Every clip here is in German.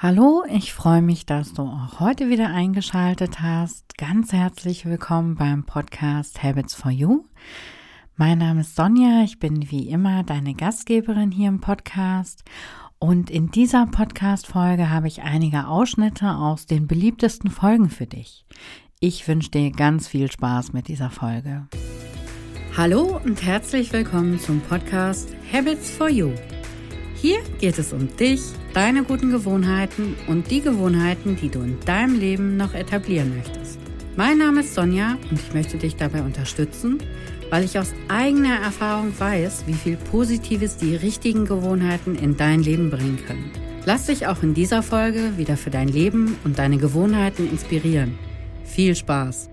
Hallo, ich freue mich, dass du auch heute wieder eingeschaltet hast. Ganz herzlich willkommen beim Podcast Habits for You. Mein Name ist Sonja, ich bin wie immer deine Gastgeberin hier im Podcast und in dieser Podcast-Folge habe ich einige Ausschnitte aus den beliebtesten Folgen für dich. Ich wünsche dir ganz viel Spaß mit dieser Folge. Hallo und herzlich willkommen zum Podcast Habits for You. Hier geht es um dich, deine guten Gewohnheiten und die Gewohnheiten, die du in deinem Leben noch etablieren möchtest. Mein Name ist Sonja und ich möchte dich dabei unterstützen, weil ich aus eigener Erfahrung weiß, wie viel Positives die richtigen Gewohnheiten in dein Leben bringen können. Lass dich auch in dieser Folge wieder für dein Leben und deine Gewohnheiten inspirieren. Viel Spaß!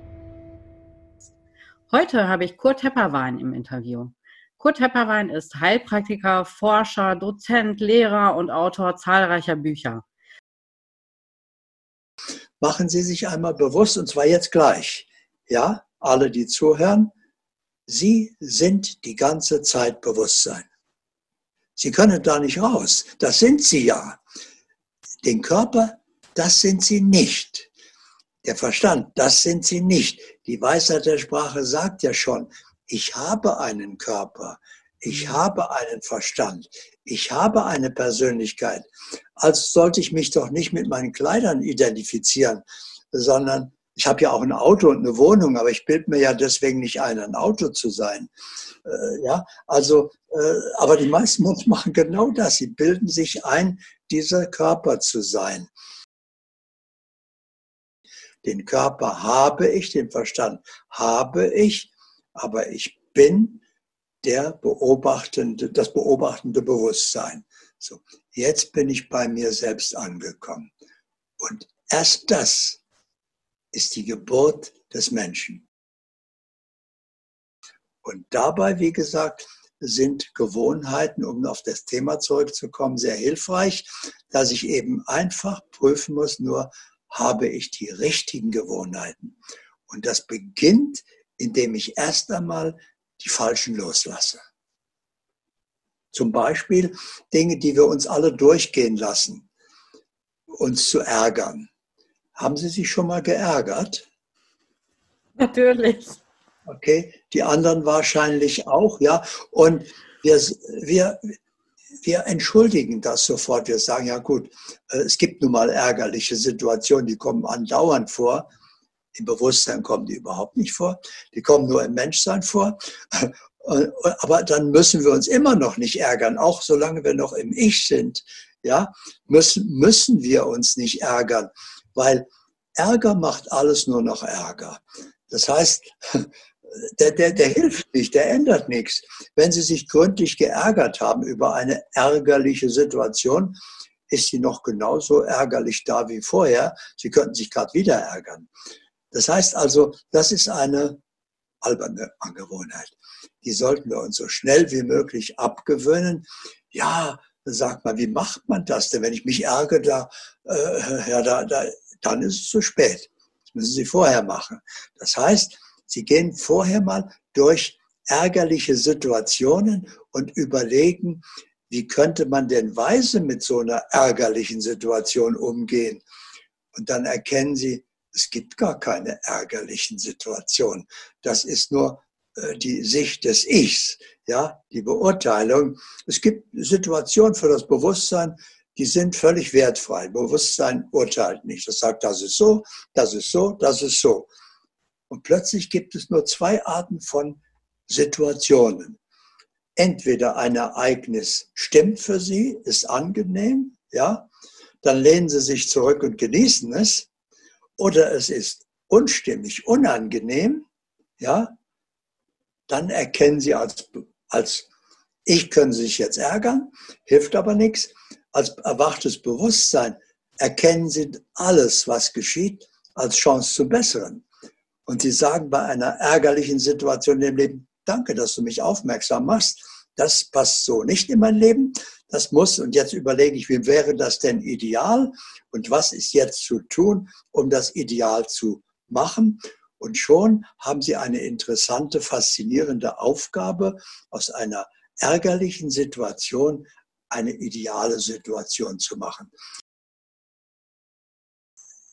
Heute habe ich Kurt Tepperwein im Interview. Kurt Tepperwein ist Heilpraktiker, Forscher, Dozent, Lehrer und Autor zahlreicher Bücher. Machen Sie sich einmal bewusst, und zwar jetzt gleich, ja, alle, die zuhören, Sie sind die ganze Zeit Bewusstsein. Sie können da nicht raus, das sind Sie ja. Den Körper, das sind Sie nicht. Der Verstand, das sind Sie nicht. Die Weisheit der Sprache sagt ja schon, ich habe einen Körper, ich habe einen Verstand, ich habe eine Persönlichkeit. Also sollte ich mich doch nicht mit meinen Kleidern identifizieren, sondern ich habe ja auch ein Auto und eine Wohnung, aber ich bilde mir ja deswegen nicht ein Auto zu sein. Aber die meisten Menschen machen genau das. Sie bilden sich ein, dieser Körper zu sein. Den Körper habe ich, den Verstand habe ich, aber ich bin das beobachtende Bewusstsein. So, jetzt bin ich bei mir selbst angekommen. Und erst das ist die Geburt des Menschen. Und dabei, wie gesagt, sind Gewohnheiten, um auf das Thema zurückzukommen, sehr hilfreich, dass ich eben einfach prüfen muss, nur habe ich die richtigen Gewohnheiten. Und das beginnt, indem ich erst einmal die falschen loslasse. Zum Beispiel Dinge, die wir uns alle durchgehen lassen, uns zu ärgern. Haben Sie sich schon mal geärgert? Natürlich. Okay, die anderen wahrscheinlich auch, ja. Und wir entschuldigen das sofort. Wir sagen, ja gut, es gibt nun mal ärgerliche Situationen, die kommen andauernd vor. Im Bewusstsein kommen die überhaupt nicht vor. Die kommen nur im Menschsein vor. Aber dann müssen wir uns immer noch nicht ärgern, auch solange wir noch im Ich sind, ja, müssen wir uns nicht ärgern, weil Ärger macht alles nur noch Ärger. Das heißt, der hilft nicht, der ändert nichts. Wenn Sie sich gründlich geärgert haben über eine ärgerliche Situation, ist sie noch genauso ärgerlich da wie vorher. Sie könnten sich gerade wieder ärgern. Das heißt also, das ist eine alberne Angewohnheit. Die sollten wir uns so schnell wie möglich abgewöhnen. Ja, sagt man, wie macht man das denn? Wenn ich mich ärgere, dann ist es zu spät. Das müssen Sie vorher machen. Das heißt, Sie gehen vorher mal durch ärgerliche Situationen und überlegen, wie könnte man denn weise mit so einer ärgerlichen Situation umgehen? Und dann erkennen Sie, es gibt gar keine ärgerlichen Situationen. Das ist nur die Sicht des Ichs, ja, die Beurteilung. Es gibt Situationen für das Bewusstsein, die sind völlig wertfrei. Bewusstsein urteilt nicht. Das sagt, das ist so, das ist so, das ist so. Und plötzlich gibt es nur zwei Arten von Situationen. Entweder ein Ereignis stimmt für Sie, ist angenehm, ja, dann lehnen Sie sich zurück und genießen es. Oder es ist unstimmig, unangenehm, ja, dann erkennen Sie als Ich können Sie sich jetzt ärgern, hilft aber nichts. Als erwachtes Bewusstsein erkennen Sie alles, was geschieht, als Chance zu besseren. Und Sie sagen bei einer ärgerlichen Situation im Leben, danke, dass du mich aufmerksam machst. Das passt so nicht in mein Leben. Das muss, und jetzt überlege ich, wie wäre das denn ideal? Und was ist jetzt zu tun, um das Ideal zu machen? Und schon haben Sie eine interessante, faszinierende Aufgabe, aus einer ärgerlichen Situation eine ideale Situation zu machen.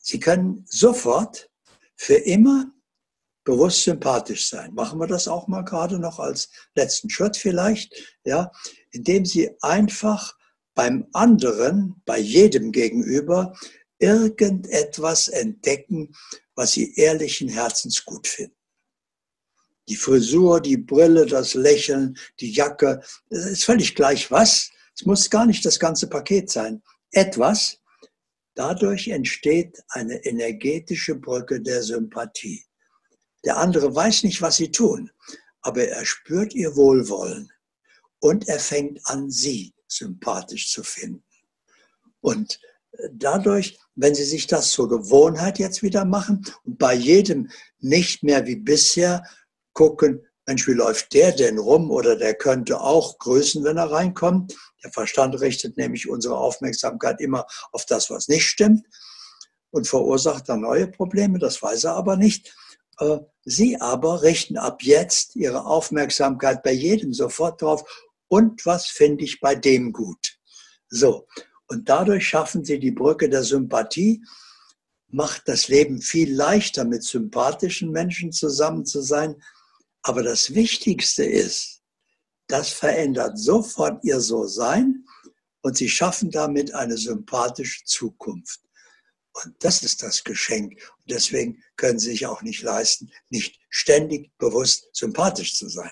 Sie können sofort für immer bewusst sympathisch sein. Machen wir das auch mal gerade noch als letzten Schritt vielleicht, ja, indem Sie einfach beim anderen, bei jedem Gegenüber, irgendetwas entdecken, was Sie ehrlichen Herzens gut finden. Die Frisur, die Brille, das Lächeln, die Jacke, es ist völlig gleich was. Es muss gar nicht das ganze Paket sein. Etwas. Dadurch entsteht eine energetische Brücke der Sympathie. Der andere weiß nicht, was sie tun, aber er spürt ihr Wohlwollen und er fängt an, sie sympathisch zu finden. Und dadurch, wenn Sie sich das zur Gewohnheit jetzt wieder machen und bei jedem nicht mehr wie bisher gucken, Mensch, wie läuft der denn rum oder der könnte auch grüßen, wenn er reinkommt. Der Verstand richtet nämlich unsere Aufmerksamkeit immer auf das, was nicht stimmt und verursacht dann neue Probleme, das weiß er aber nicht. Sie aber richten ab jetzt Ihre Aufmerksamkeit bei jedem sofort drauf, und was finde ich bei dem gut. So, und dadurch schaffen Sie die Brücke der Sympathie, macht das Leben viel leichter, mit sympathischen Menschen zusammen zu sein. Aber das Wichtigste ist, das verändert sofort Ihr So-Sein und Sie schaffen damit eine sympathische Zukunft. Und das ist das Geschenk. Und deswegen können Sie sich auch nicht leisten, nicht ständig bewusst sympathisch zu sein.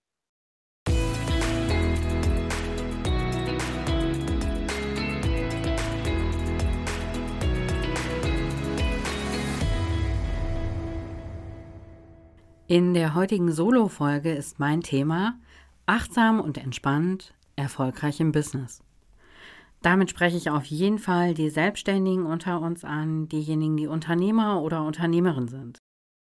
In der heutigen Solo-Folge ist mein Thema achtsam und entspannt, erfolgreich im Business. Damit spreche ich auf jeden Fall die Selbstständigen unter uns an, diejenigen, die Unternehmer oder Unternehmerin sind.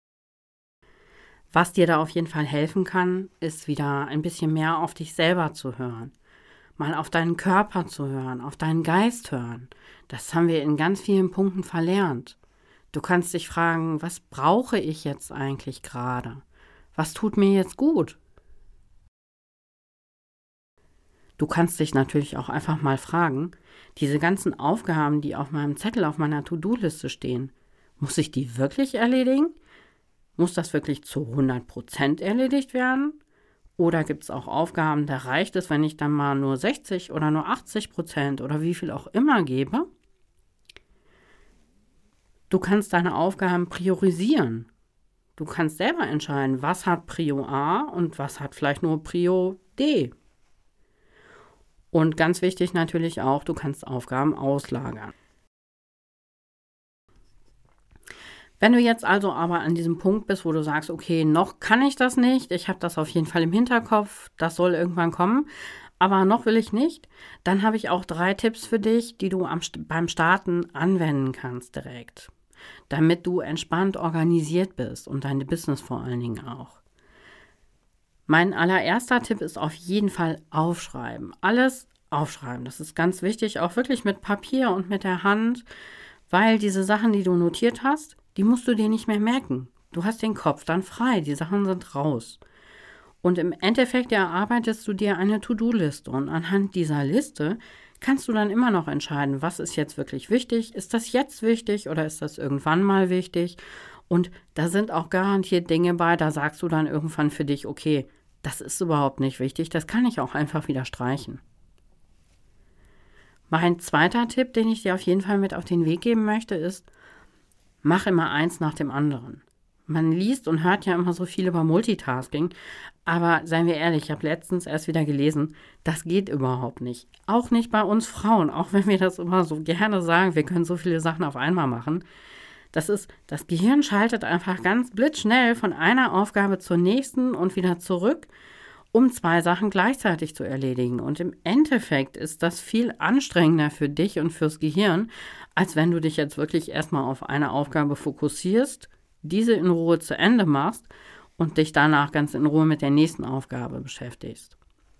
Was dir da auf jeden Fall helfen kann, ist wieder ein bisschen mehr auf dich selber zu hören, mal auf deinen Körper zu hören, auf deinen Geist hören. Das haben wir in ganz vielen Punkten verlernt. Du kannst dich fragen, was brauche ich jetzt eigentlich gerade? Was tut mir jetzt gut? Du kannst dich natürlich auch einfach mal fragen, diese ganzen Aufgaben, die auf meinem Zettel, auf meiner To-Do-Liste stehen, muss ich die wirklich erledigen? Muss das wirklich zu 100% erledigt werden? Oder gibt es auch Aufgaben, da reicht es, wenn ich dann mal nur 60 oder nur 80% oder wie viel auch immer gebe? Du kannst deine Aufgaben priorisieren. Du kannst selber entscheiden, was hat Prio A und was hat vielleicht nur Prio D. Und ganz wichtig natürlich auch, du kannst Aufgaben auslagern. Wenn du jetzt also aber an diesem Punkt bist, wo du sagst, okay, noch kann ich das nicht, ich habe das auf jeden Fall im Hinterkopf, das soll irgendwann kommen, aber noch will ich nicht, dann habe ich auch 3 Tipps für dich, die du beim Starten anwenden kannst direkt, damit du entspannt organisiert bist und dein Business vor allen Dingen auch. Mein allererster Tipp ist auf jeden Fall aufschreiben. Alles aufschreiben, das ist ganz wichtig, auch wirklich mit Papier und mit der Hand, weil diese Sachen, die du notiert hast, die musst du dir nicht mehr merken. Du hast den Kopf dann frei, die Sachen sind raus. Und im Endeffekt erarbeitest du dir eine To-Do-Liste und anhand dieser Liste kannst du dann immer noch entscheiden, was ist jetzt wirklich wichtig, ist das jetzt wichtig oder ist das irgendwann mal wichtig? Und da sind auch garantiert Dinge bei, da sagst du dann irgendwann für dich, okay, das ist überhaupt nicht wichtig, das kann ich auch einfach wieder streichen. Mein zweiter Tipp, den ich dir auf jeden Fall mit auf den Weg geben möchte, ist, mach immer eins nach dem anderen. Man liest und hört ja immer so viel über Multitasking, aber seien wir ehrlich, ich habe letztens erst wieder gelesen, das geht überhaupt nicht. Auch nicht bei uns Frauen, auch wenn wir das immer so gerne sagen, wir können so viele Sachen auf einmal machen. Das Gehirn schaltet einfach ganz blitzschnell von einer Aufgabe zur nächsten und wieder zurück, um 2 Sachen gleichzeitig zu erledigen. Und im Endeffekt ist das viel anstrengender für dich und fürs Gehirn, als wenn du dich jetzt wirklich erstmal auf eine Aufgabe fokussierst, diese in Ruhe zu Ende machst und dich danach ganz in Ruhe mit der nächsten Aufgabe beschäftigst.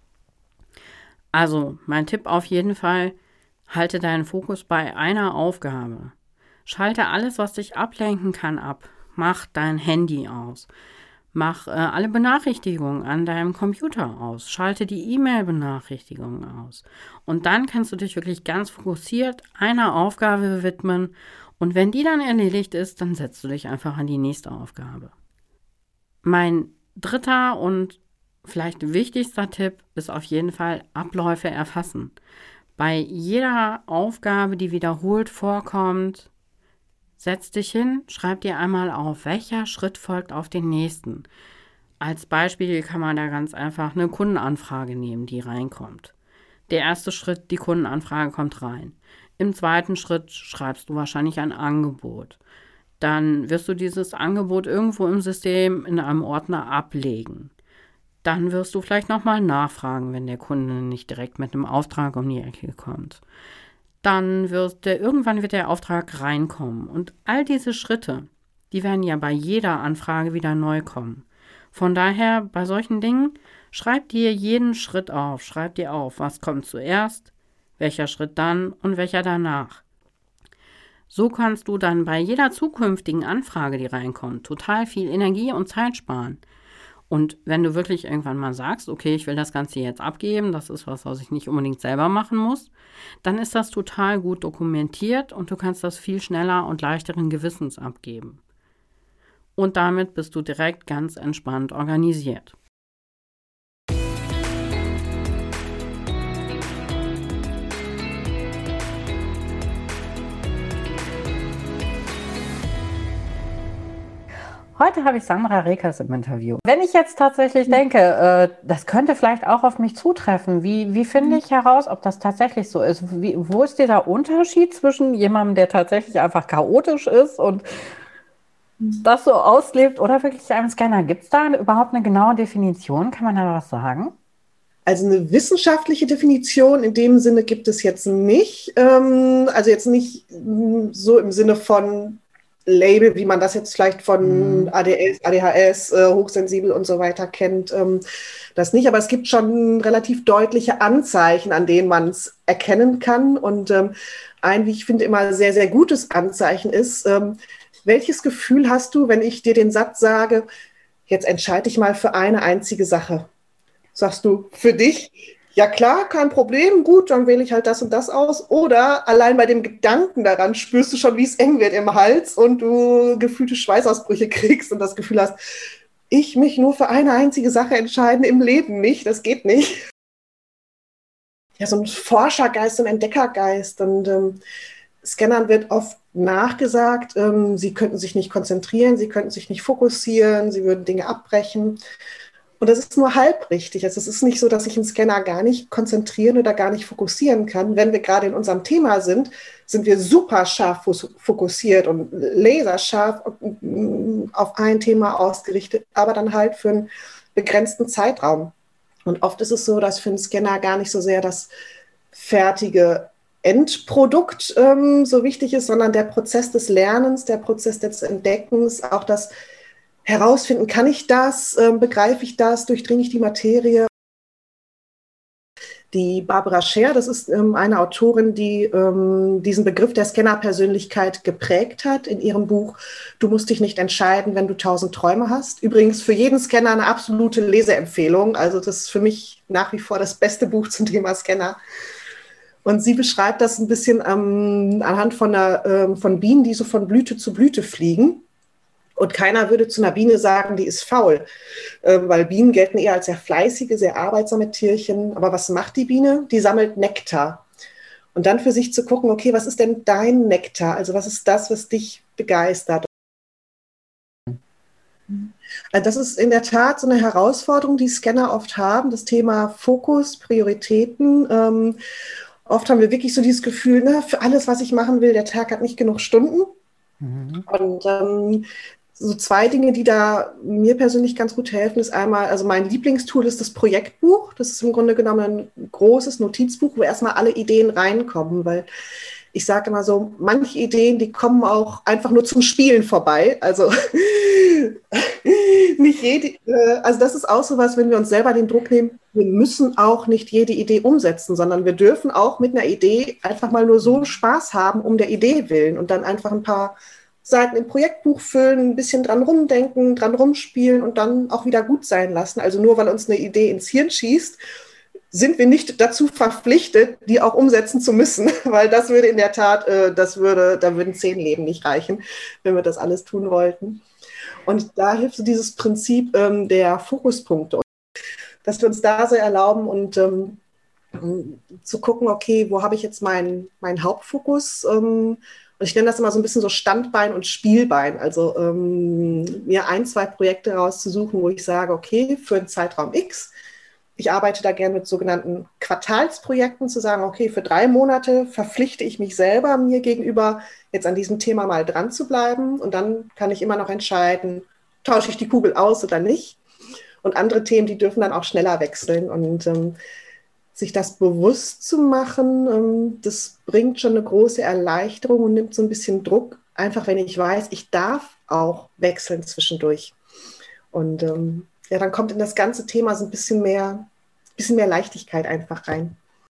Also, mein Tipp auf jeden Fall, halte deinen Fokus bei einer Aufgabe. Schalte alles, was dich ablenken kann, ab. Mach dein Handy aus. Mach alle Benachrichtigungen an deinem Computer aus. Schalte die E-Mail-Benachrichtigungen aus. Und dann kannst du dich wirklich ganz fokussiert einer Aufgabe widmen Und wenn die dann erledigt ist, dann setzt du dich einfach an die nächste Aufgabe. Mein dritter und vielleicht wichtigster Tipp ist auf jeden Fall Abläufe erfassen. Bei jeder Aufgabe, die wiederholt vorkommt, setz dich hin, schreib dir einmal auf, welcher Schritt folgt auf den nächsten. Als Beispiel kann man da ganz einfach eine Kundenanfrage nehmen, die reinkommt. Der erste Schritt, die Kundenanfrage kommt rein. Im zweiten Schritt schreibst du wahrscheinlich ein Angebot. Dann wirst du dieses Angebot irgendwo im System in einem Ordner ablegen. Dann wirst du vielleicht nochmal nachfragen, wenn der Kunde nicht direkt mit einem Auftrag um die Ecke kommt. Dann irgendwann wird der Auftrag reinkommen. Und all diese Schritte, die werden ja bei jeder Anfrage wieder neu kommen. Von daher, bei solchen Dingen, schreib dir jeden Schritt auf. Schreib dir auf, was kommt zuerst, welcher Schritt dann und welcher danach. So kannst du dann bei jeder zukünftigen Anfrage, die reinkommt, total viel Energie und Zeit sparen. Und wenn du wirklich irgendwann mal sagst, okay, ich will das Ganze jetzt abgeben, das ist was ich nicht unbedingt selber machen muss, dann ist das total gut dokumentiert und du kannst das viel schneller und leichteren Gewissens abgeben. Und damit bist du direkt ganz entspannt organisiert. Heute habe ich Sandra Rekers im Interview. Wenn ich jetzt tatsächlich denke, das könnte vielleicht auch auf mich zutreffen, wie finde ich heraus, ob das tatsächlich so ist? Wo ist dieser Unterschied zwischen jemandem, der tatsächlich einfach chaotisch ist und das so auslebt oder wirklich einem Scanner? Gibt es da überhaupt eine genaue Definition? Kann man da was sagen? Also eine wissenschaftliche Definition in dem Sinne gibt es jetzt nicht. Also jetzt nicht so im Sinne von Label, wie man das jetzt vielleicht von ADS, ADHS, hochsensibel und so weiter kennt, das nicht. Aber es gibt schon relativ deutliche Anzeichen, an denen man es erkennen kann. Und ein, wie ich finde, immer sehr, sehr gutes Anzeichen ist, welches Gefühl hast du, wenn ich dir den Satz sage, jetzt entscheide dich mal für eine einzige Sache? Sagst du, für dich? Ja klar, kein Problem, gut, dann wähle ich halt das und das aus. Oder allein bei dem Gedanken daran spürst du schon, wie es eng wird im Hals und du gefühlte Schweißausbrüche kriegst und das Gefühl hast, ich mich nur für eine einzige Sache entscheiden, im Leben nicht, das geht nicht. Ja, so ein Forschergeist, ein Entdeckergeist. Und Scannern wird oft nachgesagt, sie könnten sich nicht konzentrieren, sie könnten sich nicht fokussieren, sie würden Dinge abbrechen. Und das ist nur halb richtig. Also es ist nicht so, dass ich einen Scanner gar nicht konzentrieren oder gar nicht fokussieren kann. Wenn wir gerade in unserem Thema sind, sind wir super scharf fokussiert und laserscharf auf ein Thema ausgerichtet, aber dann halt für einen begrenzten Zeitraum. Und oft ist es so, dass für einen Scanner gar nicht so sehr das fertige Endprodukt so wichtig ist, sondern der Prozess des Lernens, der Prozess des Entdeckens, auch das herausfinden, kann ich das, begreife ich das, durchdringe ich die Materie. Die Barbara Scher, das ist eine Autorin, die diesen Begriff der Scanner-Persönlichkeit geprägt hat in ihrem Buch Du musst dich nicht entscheiden, wenn du 1000 Träume hast. Übrigens für jeden Scanner eine absolute Leseempfehlung. Also das ist für mich nach wie vor das beste Buch zum Thema Scanner. Und sie beschreibt das ein bisschen anhand von Bienen, die so von Blüte zu Blüte fliegen. Und keiner würde zu einer Biene sagen, die ist faul, weil Bienen gelten eher als sehr fleißige, sehr arbeitsame Tierchen. Aber was macht die Biene? Die sammelt Nektar. Und dann für sich zu gucken, okay, was ist denn dein Nektar? Also was ist das, was dich begeistert? Also das ist in der Tat so eine Herausforderung, die Scanner oft haben, das Thema Fokus, Prioritäten. Oft haben wir wirklich so dieses Gefühl, ne, für alles, was ich machen will, der Tag hat nicht genug Stunden. Und so zwei Dinge, die da mir persönlich ganz gut helfen, ist einmal, also mein Lieblingstool ist das Projektbuch. Das ist im Grunde genommen ein großes Notizbuch, wo erstmal alle Ideen reinkommen, weil ich sage immer so, manche Ideen, die kommen auch einfach nur zum Spielen vorbei. Also nicht jede, also das ist auch so was, wenn wir uns selber den Druck nehmen, wir müssen auch nicht jede Idee umsetzen, sondern wir dürfen auch mit einer Idee einfach mal nur so Spaß haben, um der Idee willen und dann einfach ein paar Seiten im Projektbuch füllen, ein bisschen dran rumdenken, dran rumspielen und dann auch wieder gut sein lassen. Also nur weil uns eine Idee ins Hirn schießt, sind wir nicht dazu verpflichtet, die auch umsetzen zu müssen, weil das würde in der Tat, da würden 10 Leben nicht reichen, wenn wir das alles tun wollten. Und da hilft so dieses Prinzip der Fokuspunkte, dass wir uns da so erlauben und zu gucken, okay, wo habe ich jetzt meinen Hauptfokus? Und ich nenne das immer so ein bisschen so Standbein und Spielbein. Also mir 1, 2 Projekte rauszusuchen, wo ich sage, okay, für einen Zeitraum X, ich arbeite da gerne mit sogenannten Quartalsprojekten, zu sagen, okay, für 3 Monate verpflichte ich mich selber, mir gegenüber jetzt an diesem Thema mal dran zu bleiben. Und dann kann ich immer noch entscheiden, tausche ich die Kugel aus oder nicht. Und andere Themen, die dürfen dann auch schneller wechseln. Und sich das bewusst zu machen, das bringt schon eine große Erleichterung und nimmt so ein bisschen Druck, einfach wenn ich weiß, ich darf auch wechseln zwischendurch. Und ja, dann kommt in das ganze Thema so ein bisschen mehr Leichtigkeit einfach rein.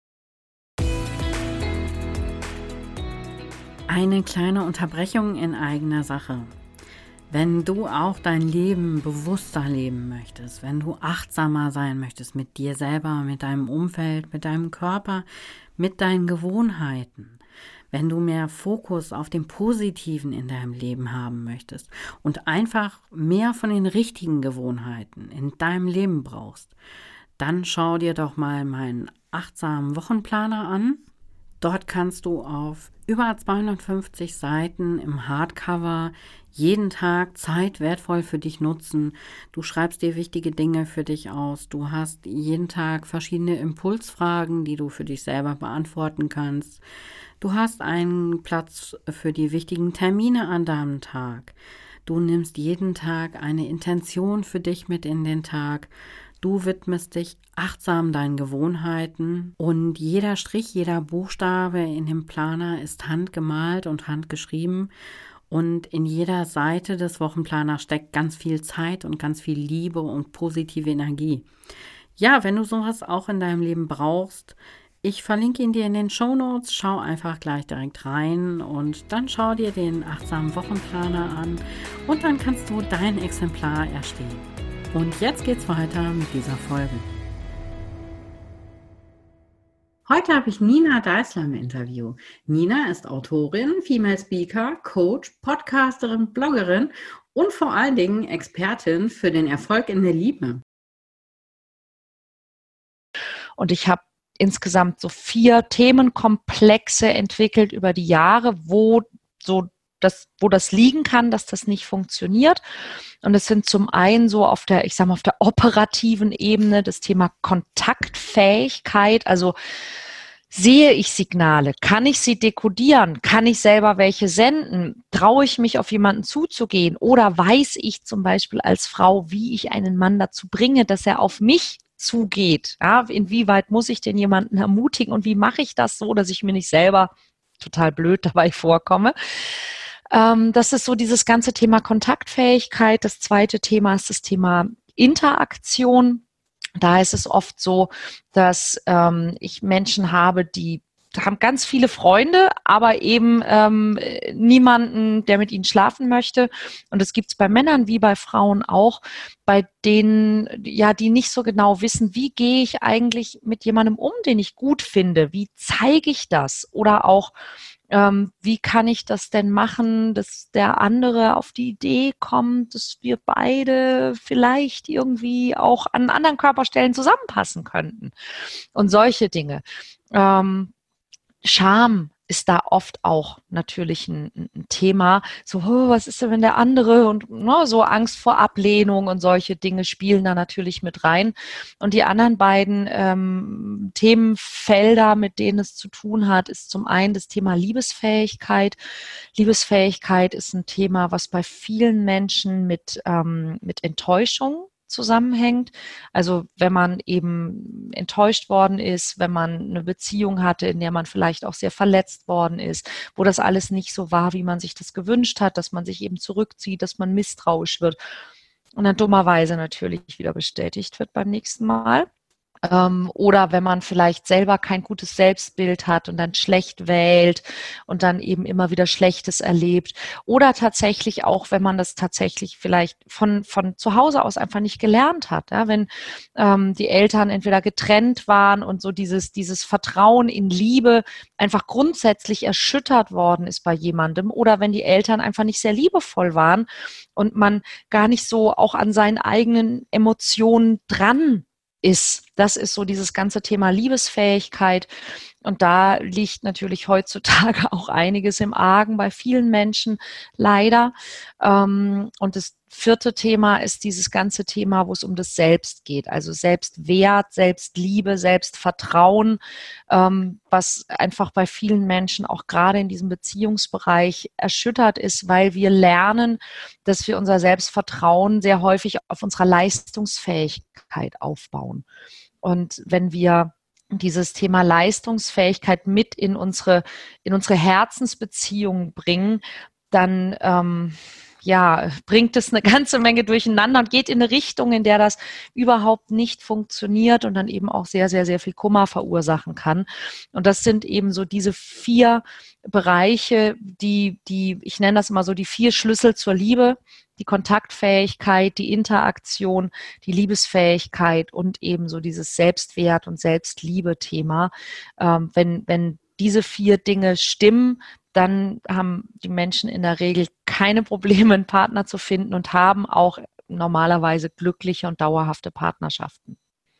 Eine kleine Unterbrechung in eigener Sache. Wenn du auch dein Leben bewusster leben möchtest, wenn du achtsamer sein möchtest mit dir selber, mit deinem Umfeld, mit deinem Körper, mit deinen Gewohnheiten, wenn du mehr Fokus auf dem Positiven in deinem Leben haben möchtest und einfach mehr von den richtigen Gewohnheiten in deinem Leben brauchst, dann schau dir doch mal meinen achtsamen Wochenplaner an. Dort kannst du auf über 250 Seiten im Hardcover jeden Tag Zeit wertvoll für dich nutzen. Du schreibst dir wichtige Dinge für dich aus. Du hast jeden Tag verschiedene Impulsfragen, die du für dich selber beantworten kannst. Du hast einen Platz für die wichtigen Termine an deinem Tag. Du nimmst jeden Tag eine Intention für dich mit in den Tag. Du widmest dich achtsam deinen Gewohnheiten und jeder Strich, jeder Buchstabe in dem Planer ist handgemalt und handgeschrieben und in jeder Seite des Wochenplaners steckt ganz viel Zeit und ganz viel Liebe und positive Energie. Ja, wenn du sowas auch in deinem Leben brauchst, ich verlinke ihn dir in den Shownotes, schau einfach gleich direkt rein und dann schau dir den achtsamen Wochenplaner an und dann kannst du dein Exemplar erstellen. Und jetzt geht's weiter mit dieser Folge. Heute habe ich Nina Deißler im Interview. Nina ist Autorin, Female Speaker, Coach, Podcasterin, Bloggerin und vor allen Dingen Expertin für den Erfolg in der Liebe. Und ich habe insgesamt so 4 Themenkomplexe entwickelt über die Jahre, wo das liegen kann, dass das nicht funktioniert. Und es sind zum einen so auf der operativen Ebene das Thema Kontaktfähigkeit, also sehe ich Signale, kann ich sie dekodieren, kann ich selber welche senden, traue ich mich auf jemanden zuzugehen oder weiß ich zum Beispiel als Frau, wie ich einen Mann dazu bringe, dass er auf mich zugeht. Ja, inwieweit muss ich denn jemanden ermutigen und wie mache ich das so, dass ich mir nicht selber total blöd dabei vorkomme. Das ist so dieses ganze Thema Kontaktfähigkeit. Das zweite Thema ist das Thema Interaktion. Da ist es oft so, dass ich Menschen habe, die haben ganz viele Freunde, aber eben niemanden, der mit ihnen schlafen möchte. Und das gibt es bei Männern wie bei Frauen auch, bei denen, ja, die nicht so genau wissen, wie gehe ich eigentlich mit jemandem um, den ich gut finde? Wie zeige ich das? Oder auch, wie kann ich das denn machen, dass der andere auf die Idee kommt, dass wir beide vielleicht irgendwie auch an anderen Körperstellen zusammenpassen könnten und solche Dinge. Scham ist da oft auch natürlich ein Thema. So, was ist denn, wenn der andere und so Angst vor Ablehnung und solche Dinge spielen da natürlich mit rein. Und die anderen beiden Themenfelder, mit denen es zu tun hat, ist zum einen das Thema Liebesfähigkeit. Liebesfähigkeit ist ein Thema, was bei vielen Menschen mit Enttäuschung zusammenhängt. Also wenn man eben enttäuscht worden ist, wenn man eine Beziehung hatte, in der man vielleicht auch sehr verletzt worden ist, wo das alles nicht so war, wie man sich das gewünscht hat, dass man sich eben zurückzieht, dass man misstrauisch wird und dann dummerweise natürlich wieder bestätigt wird beim nächsten Mal. Oder wenn man vielleicht selber kein gutes Selbstbild hat und dann schlecht wählt und dann eben immer wieder Schlechtes erlebt. Oder tatsächlich auch, wenn man das tatsächlich vielleicht von zu Hause aus einfach nicht gelernt hat. Ja? Wenn die Eltern entweder getrennt waren und so dieses Vertrauen in Liebe einfach grundsätzlich erschüttert worden ist bei jemandem. Oder wenn die Eltern einfach nicht sehr liebevoll waren und man gar nicht so auch an seinen eigenen Emotionen dran ist. Das ist so dieses ganze Thema Liebesfähigkeit. Und da liegt natürlich heutzutage auch einiges im Argen bei vielen Menschen, leider. Und das vierte Thema ist dieses ganze Thema, wo es um das Selbst geht. Also Selbstwert, Selbstliebe, Selbstvertrauen, was einfach bei vielen Menschen auch gerade in diesem Beziehungsbereich erschüttert ist, weil wir lernen, dass wir unser Selbstvertrauen sehr häufig auf unserer Leistungsfähigkeit aufbauen. Und wenn wir dieses Thema Leistungsfähigkeit mit in unsere Herzensbeziehungen bringen, dann bringt es eine ganze Menge durcheinander und geht in eine Richtung, in der das überhaupt nicht funktioniert und dann eben auch sehr, sehr, sehr viel Kummer verursachen kann. Und das sind eben so diese 4 Bereiche, die ich nenne das immer so die 4 Schlüssel zur Liebe: die Kontaktfähigkeit, die Interaktion, die Liebesfähigkeit und eben so dieses Selbstwert- und Selbstliebe-Thema. Wenn diese 4 Dinge stimmen, dann haben die Menschen in der Regel keine Probleme, einen Partner zu finden und haben auch normalerweise glückliche und dauerhafte Partnerschaften.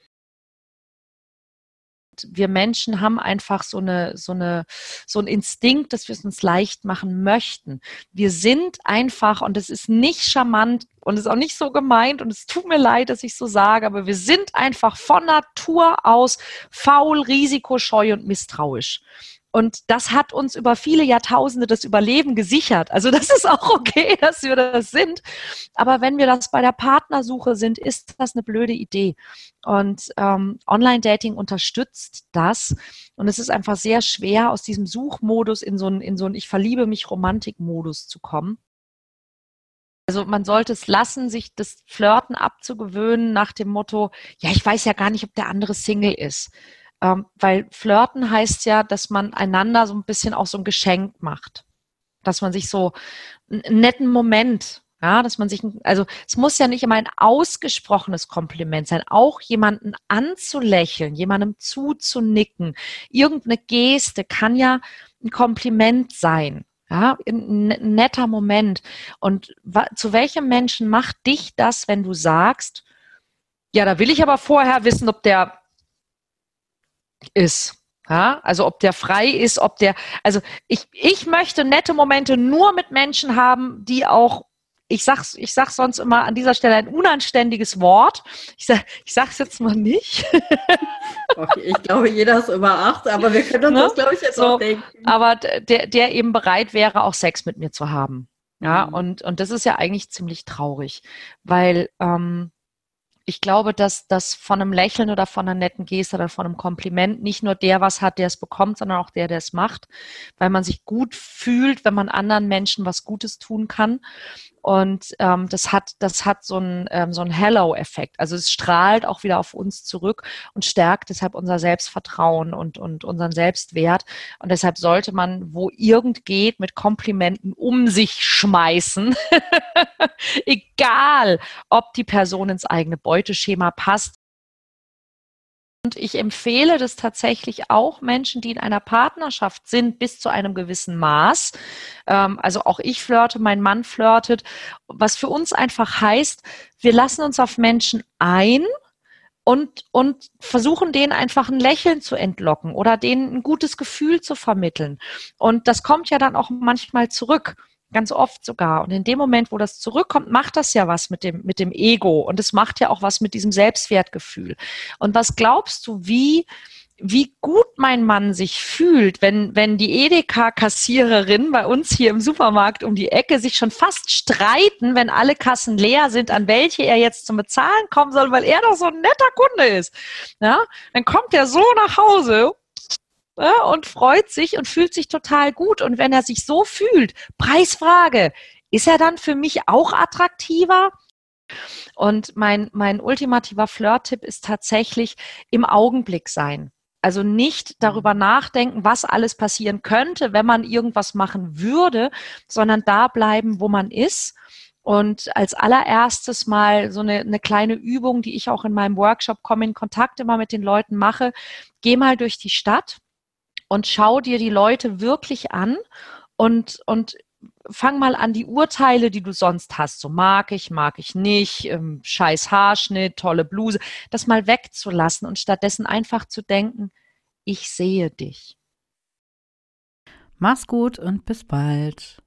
Wir Menschen haben einfach so einen Instinkt, dass wir es uns leicht machen möchten. Wir sind einfach, und es ist nicht charmant und es ist auch nicht so gemeint und es tut mir leid, dass ich so sage, aber wir sind einfach von Natur aus faul, risikoscheu und misstrauisch. Und das hat uns über viele Jahrtausende das Überleben gesichert. Also das ist auch okay, dass wir das sind. Aber wenn wir das bei der Partnersuche sind, ist das eine blöde Idee. Und Online-Dating unterstützt das. Und es ist einfach sehr schwer, aus diesem Suchmodus in so einen Ich verliebe mich Romantik-Modus zu kommen. Also man sollte es lassen, sich das Flirten abzugewöhnen nach dem Motto, ja, ich weiß ja gar nicht, ob der andere Single ist. Weil Flirten heißt ja, dass man einander so ein bisschen auch so ein Geschenk macht. Dass man sich so einen netten Moment, ja, dass man sich, also es muss ja nicht immer ein ausgesprochenes Kompliment sein, auch jemanden anzulächeln, jemandem zuzunicken, irgendeine Geste kann ja ein Kompliment sein. Ja, ein netter Moment. Und zu welchem Menschen macht dich das, wenn du sagst, ja, da will ich aber vorher wissen, ob der ist. Ja, also ob der frei ist, also ich möchte nette Momente nur mit Menschen haben, die auch, ich sag's sonst immer an dieser Stelle ein unanständiges Wort. Ich sag's jetzt mal nicht. Okay, ich glaube, jeder ist über 8, aber wir können uns das, glaube ich, jetzt auch denken. Aber der eben bereit wäre, auch Sex mit mir zu haben. Ja, und das ist ja eigentlich ziemlich traurig, weil ich glaube, dass das von einem Lächeln oder von einer netten Geste oder von einem Kompliment nicht nur der was hat, der es bekommt, sondern auch der es macht, weil man sich gut fühlt, wenn man anderen Menschen was Gutes tun kann. Und das hat so einen Hello-Effekt. Also es strahlt auch wieder auf uns zurück und stärkt deshalb unser Selbstvertrauen und unseren Selbstwert. Und deshalb sollte man, wo irgend geht, mit Komplimenten um sich schmeißen. Egal, ob die Person ins eigene Beuteschema passt. Und ich empfehle das tatsächlich auch Menschen, die in einer Partnerschaft sind, bis zu einem gewissen Maß. Also auch ich flirte, mein Mann flirtet, was für uns einfach heißt, wir lassen uns auf Menschen ein und versuchen, denen einfach ein Lächeln zu entlocken oder denen ein gutes Gefühl zu vermitteln. Und das kommt ja dann auch manchmal zurück. Ganz oft sogar. Und in dem Moment, wo das zurückkommt, macht das ja was mit dem Ego. Und es macht ja auch was mit diesem Selbstwertgefühl. Und was glaubst du, wie gut mein Mann sich fühlt, wenn die Edeka-Kassiererin bei uns hier im Supermarkt um die Ecke sich schon fast streiten, wenn alle Kassen leer sind, an welche er jetzt zum Bezahlen kommen soll, weil er doch so ein netter Kunde ist. Ja? Dann kommt er so nach Hause, ja, und freut sich und fühlt sich total gut. Und wenn er sich so fühlt, Preisfrage, ist er dann für mich auch attraktiver? Und mein ultimativer Flirt-Tipp ist tatsächlich im Augenblick sein. Also nicht darüber nachdenken, was alles passieren könnte, wenn man irgendwas machen würde, sondern da bleiben, wo man ist. Und als allererstes mal so eine kleine Übung, die ich auch in meinem Workshop Komm in Kontakt immer mit den Leuten mache. Geh mal durch die Stadt und schau dir die Leute wirklich an und fang mal an, die Urteile, die du sonst hast, so mag ich nicht, scheiß Haarschnitt, tolle Bluse, das mal wegzulassen und stattdessen einfach zu denken, ich sehe dich. Mach's gut und bis bald.